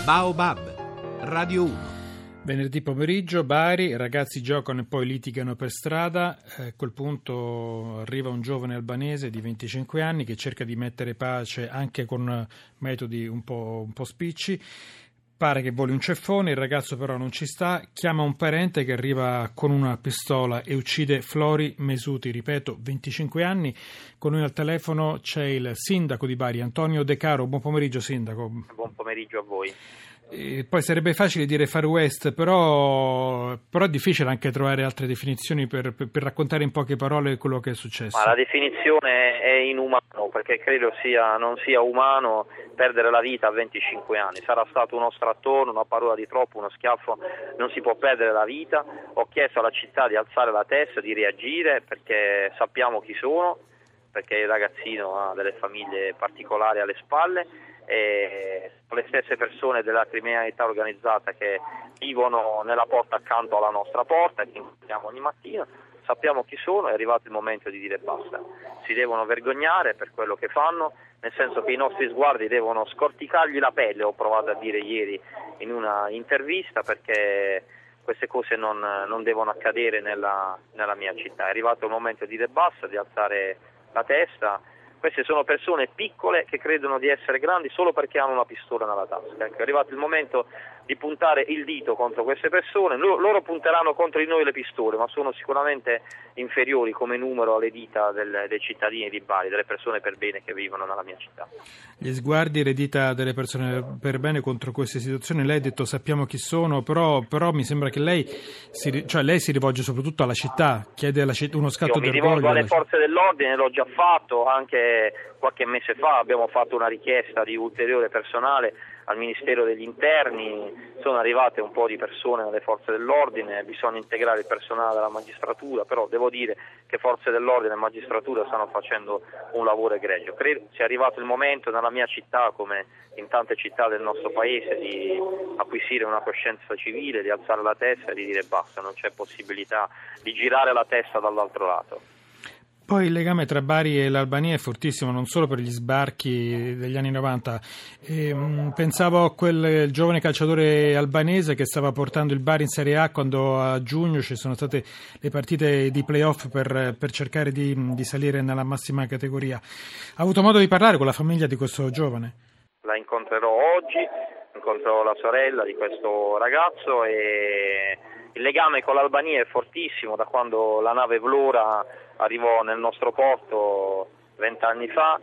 Baobab, Radio 1. Venerdì pomeriggio, Bari, ragazzi giocano e poi litigano per strada. A quel punto arriva un giovane albanese di 25 anni che cerca di mettere pace anche con metodi un po' spicci. Pare che voli un ceffone, il ragazzo però non ci sta, chiama un parente che arriva con una pistola e uccide Flori Mesuti, ripeto, 25 anni. Con noi al telefono c'è il sindaco di Bari, Antonio De Caro. Buon pomeriggio, sindaco. Buon pomeriggio a voi. Poi sarebbe facile dire Far West, però è difficile anche trovare altre definizioni per raccontare in poche parole quello che è successo. Ma la definizione è inumano, perché credo non sia umano perdere la vita a 25 anni. Sarà stato uno strattone, una parola di troppo, uno schiaffo, non si può perdere la vita. Ho chiesto alla città di alzare la testa, di reagire, perché sappiamo chi sono, perché il ragazzino ha delle famiglie particolari alle spalle. E le stesse persone della criminalità organizzata che vivono nella porta accanto alla nostra porta e che incontriamo ogni mattina. Sappiamo chi sono, è arrivato il momento di dire basta. Si devono vergognare per quello che fanno, nel senso che i nostri sguardi devono scorticargli la pelle, ho provato a dire ieri in una intervista, perché queste cose non devono accadere nella mia città. È arrivato il momento di dire basta, di alzare la testa. Queste sono persone piccole che credono di essere grandi solo perché hanno una pistola nella tasca. Ecco, è arrivato il momento di puntare il dito contro queste persone. Loro punteranno contro di noi le pistole, ma sono sicuramente inferiori come numero alle dita dei cittadini di Bari, delle persone per bene che vivono nella mia città. Gli sguardi e le dita delle persone per bene contro queste situazioni, lei ha detto sappiamo chi sono, però mi sembra che lei si rivolge soprattutto alla città, chiede uno scatto di orgoglio. Io mi rivolgo alle forze dell'ordine, l'ho già fatto, anche qualche mese fa abbiamo fatto una richiesta di ulteriore personale al Ministero degli Interni, sono arrivate un po' di persone alle forze dell'ordine, bisogna integrare il personale della magistratura, però devo dire che forze dell'ordine e magistratura stanno facendo un lavoro egregio. Credo sia arrivato il momento nella mia città, come in tante città del nostro paese, di acquisire una coscienza civile, di alzare la testa e di dire basta, non c'è possibilità di girare la testa dall'altro lato. Poi il legame tra Bari e l'Albania è fortissimo, non solo per gli sbarchi degli anni 90. Pensavo a quel giovane calciatore albanese che stava portando il Bari in Serie A quando a giugno ci sono state le partite di play-off per cercare di salire nella massima categoria. Ha avuto modo di parlare con la famiglia di questo giovane? La incontrerò oggi, incontrerò la sorella di questo ragazzo e il legame con l'Albania è fortissimo da quando la nave Vlora arrivò nel nostro porto 20 anni fa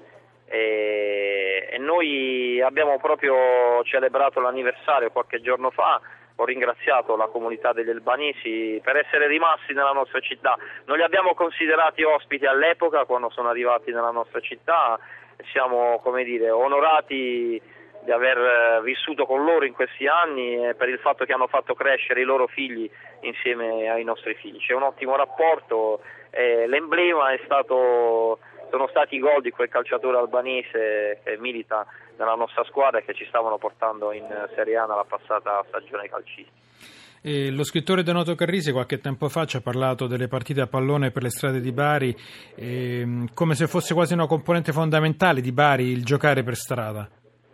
e noi abbiamo proprio celebrato l'anniversario qualche giorno fa. Ho ringraziato la comunità degli albanesi per essere rimasti nella nostra città. Non li abbiamo considerati ospiti all'epoca quando sono arrivati nella nostra città, siamo onorati di aver vissuto con loro in questi anni e per il fatto che hanno fatto crescere i loro figli insieme ai nostri figli. C'è un ottimo rapporto, l'emblema sono stati i gol di quel calciatore albanese che milita nella nostra squadra e che ci stavano portando in Serie A nella passata stagione calcistica. Lo scrittore Donato Carrisi qualche tempo fa ci ha parlato delle partite a pallone per le strade di Bari, come se fosse quasi una componente fondamentale di Bari il giocare per strada.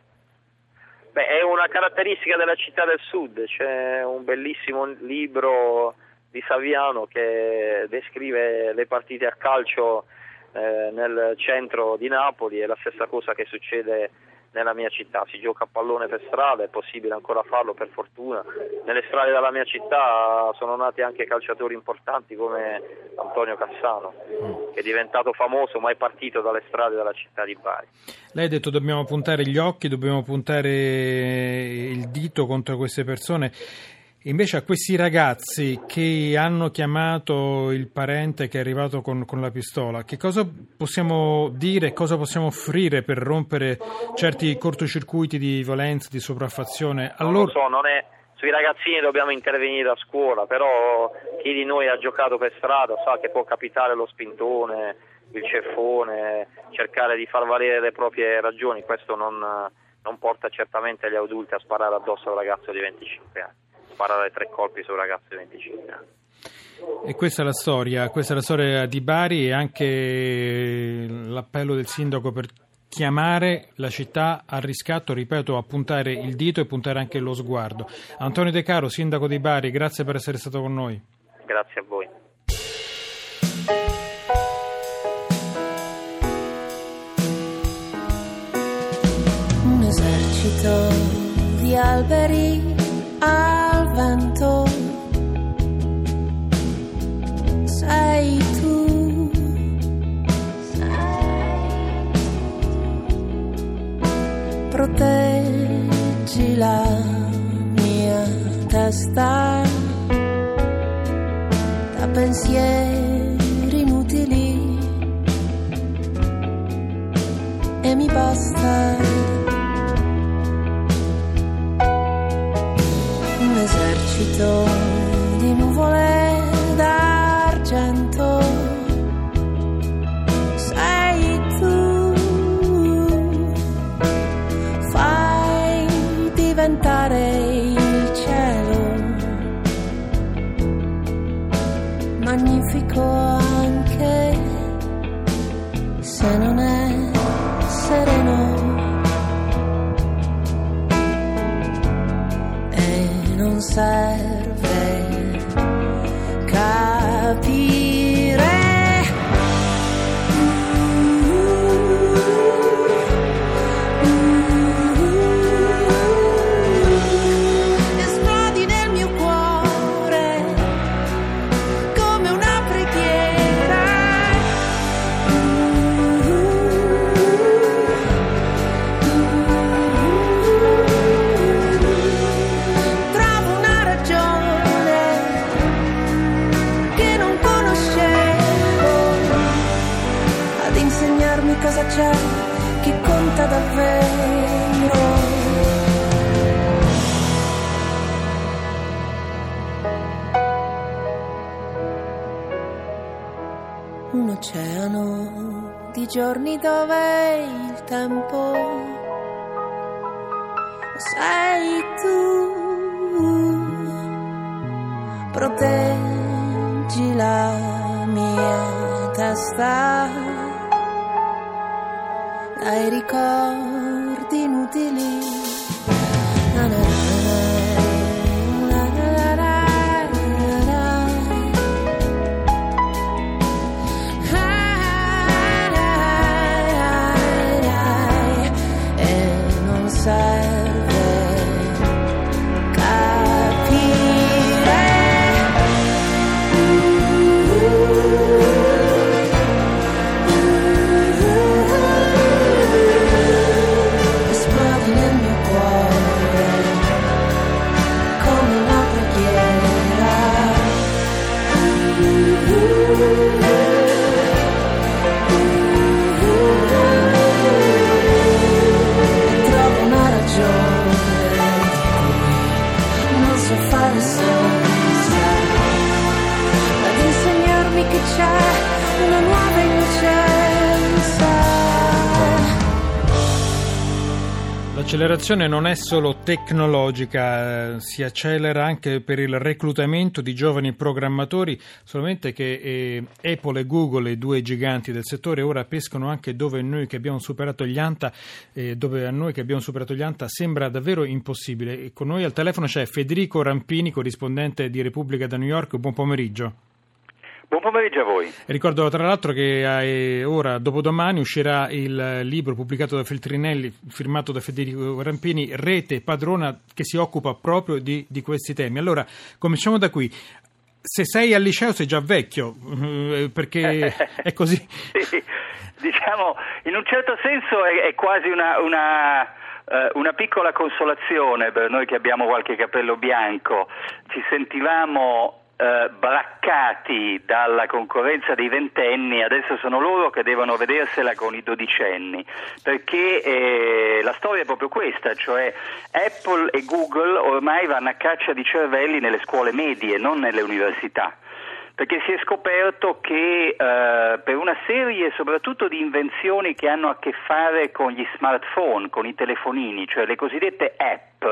È una caratteristica della città del sud, c'è un bellissimo libro di Saviano che descrive le partite a calcio nel centro di Napoli, è la stessa cosa che succede nella mia città, si gioca a pallone per strada, è possibile ancora farlo per fortuna. Nelle strade della mia città sono nati anche calciatori importanti come Antonio Cassano, che è diventato famoso ma è partito dalle strade della città di Bari. Lei ha detto dobbiamo puntare gli occhi, dobbiamo puntare il dito contro queste persone. Invece a questi ragazzi che hanno chiamato il parente che è arrivato con la pistola, che cosa possiamo dire, cosa possiamo offrire per rompere certi cortocircuiti di violenza, di sopraffazione? Non lo so, sui ragazzini dobbiamo intervenire a scuola, però chi di noi ha giocato per strada sa che può capitare lo spintone, il ceffone, cercare di far valere le proprie ragioni. Questo non porta certamente gli adulti a sparare addosso a un ragazzo di 25 anni. Sparare 3 colpi su un ragazzo di 25 anni. E questa è la storia di Bari e anche l'appello del sindaco per chiamare la città al riscatto, ripeto, a puntare il dito e puntare anche lo sguardo. Antonio De Caro, sindaco di Bari, grazie per essere stato con noi. Grazie a voi. Un esercito di alberi al vento, sei tu, proteggi la mia testa da pensieri inutili e mi basta. Un esercito di nuvole d'argento, sei tu, fai diventare il cielo magnifico anche se non è sereno. Non serve capire. Esplodi nel mio cuore come una preghiera. Cosa c'è che conta davvero? Un oceano di giorni dove il tempo sei tu, proteggi la mia testa dai ricordi inutili. Na na na na na na. E non serve L'accelerazione non è solo tecnologica, si accelera anche per il reclutamento di giovani programmatori, solamente che Apple e Google, i due giganti del settore, ora pescano anche dove noi che abbiamo superato gli ANTA, dove a noi che abbiamo superato gli ANTA sembra davvero impossibile. E con noi al telefono c'è Federico Rampini, corrispondente di Repubblica da New York. Buon pomeriggio. Buon pomeriggio a voi. Ricordo tra l'altro che ora, dopodomani, uscirà il libro pubblicato da Feltrinelli, firmato da Federico Rampini, Rete Padrona, che si occupa proprio di questi temi. Allora, cominciamo da qui. Se sei al liceo sei già vecchio, perché è così. Sì, diciamo, in un certo senso è quasi una piccola consolazione per noi che abbiamo qualche capello bianco. Ci sentivamo braccati dalla concorrenza dei ventenni, adesso sono loro che devono vedersela con i dodicenni, perché la storia è proprio questa, cioè Apple e Google ormai vanno a caccia di cervelli nelle scuole medie, non nelle università. perché si è scoperto che per una serie soprattutto di invenzioni che hanno a che fare con gli smartphone, con i telefonini, cioè le cosiddette app,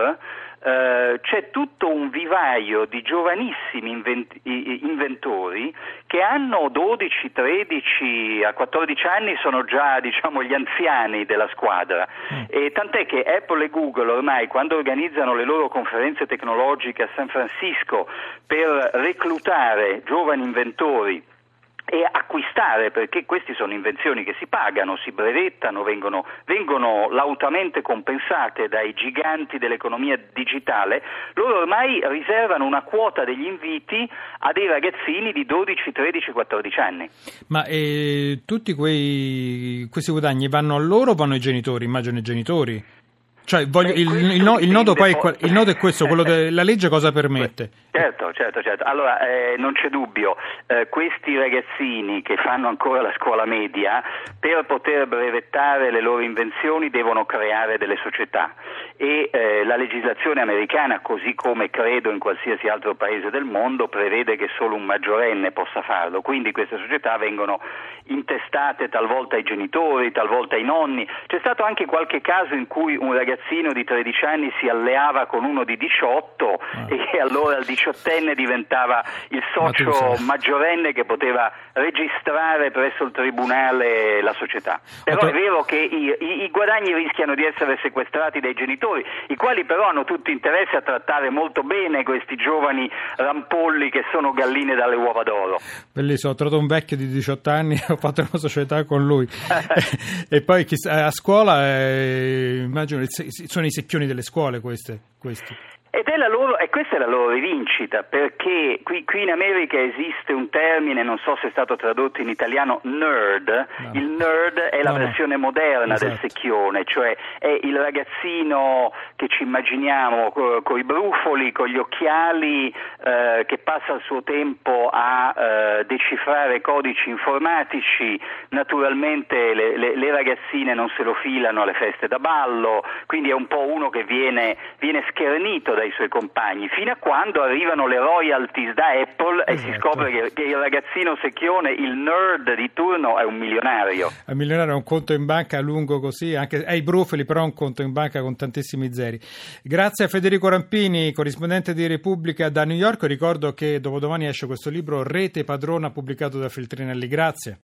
c'è tutto un vivaio di giovanissimi inventori che hanno 12, 13 a 14 anni, sono già gli anziani della squadra, e tant'è che Apple e Google ormai, quando organizzano le loro conferenze tecnologiche a San Francisco per reclutare giovani inventori e acquistare, perché queste sono invenzioni che si pagano, si brevettano, vengono lautamente compensate dai giganti dell'economia digitale, loro ormai riservano una quota degli inviti a dei ragazzini di 12, 13, 14 anni. Ma tutti questi guadagni vanno a loro o vanno ai genitori? Immagino ai genitori. Cioè, il nodo è questo, quello della legge cosa permette? Certo. Allora, non c'è dubbio, questi ragazzini che fanno ancora la scuola media, per poter brevettare le loro invenzioni devono creare delle società, e la legislazione americana, così come credo in qualsiasi altro paese del mondo, prevede che solo un maggiorenne possa farlo, quindi queste società vengono intestate talvolta ai genitori, talvolta ai nonni. C'è stato anche qualche caso in cui un ragazzino di 13 anni si alleava con uno di 18 e allora il 18enne diventava il socio maggiorenne che poteva registrare presso il tribunale la società. Però è vero che i guadagni rischiano di essere sequestrati dai genitori, i quali però hanno tutto interesse a trattare molto bene questi giovani rampolli che sono galline dalle uova d'oro. Bellissimo, ho trovato un vecchio di 18 anni, ho fatto una società con lui. E poi a scuola immagino sono i secchioni delle scuole questi. E questa è la loro rivincita, perché qui in America esiste un termine, non so se è stato tradotto in italiano, nerd. No. Il nerd è la versione moderna del secchione, cioè è il ragazzino che ci immaginiamo con i brufoli, con gli occhiali, che passa il suo tempo a decifrare codici informatici. Naturalmente le ragazzine non se lo filano alle feste da ballo, quindi è un po' uno che viene schernito dai suoi compagni, fino a quando arrivano le royalties da Apple e si scopre che il ragazzino secchione, il nerd di turno, è un milionario. È un milionario, ha un conto in banca lungo così, anche ai brufoli, però un conto in banca con tantissimi zeri. Grazie a Federico Rampini, corrispondente di Repubblica da New York. Ricordo che dopodomani esce questo libro Rete Padrona, pubblicato da Feltrinelli. Grazie.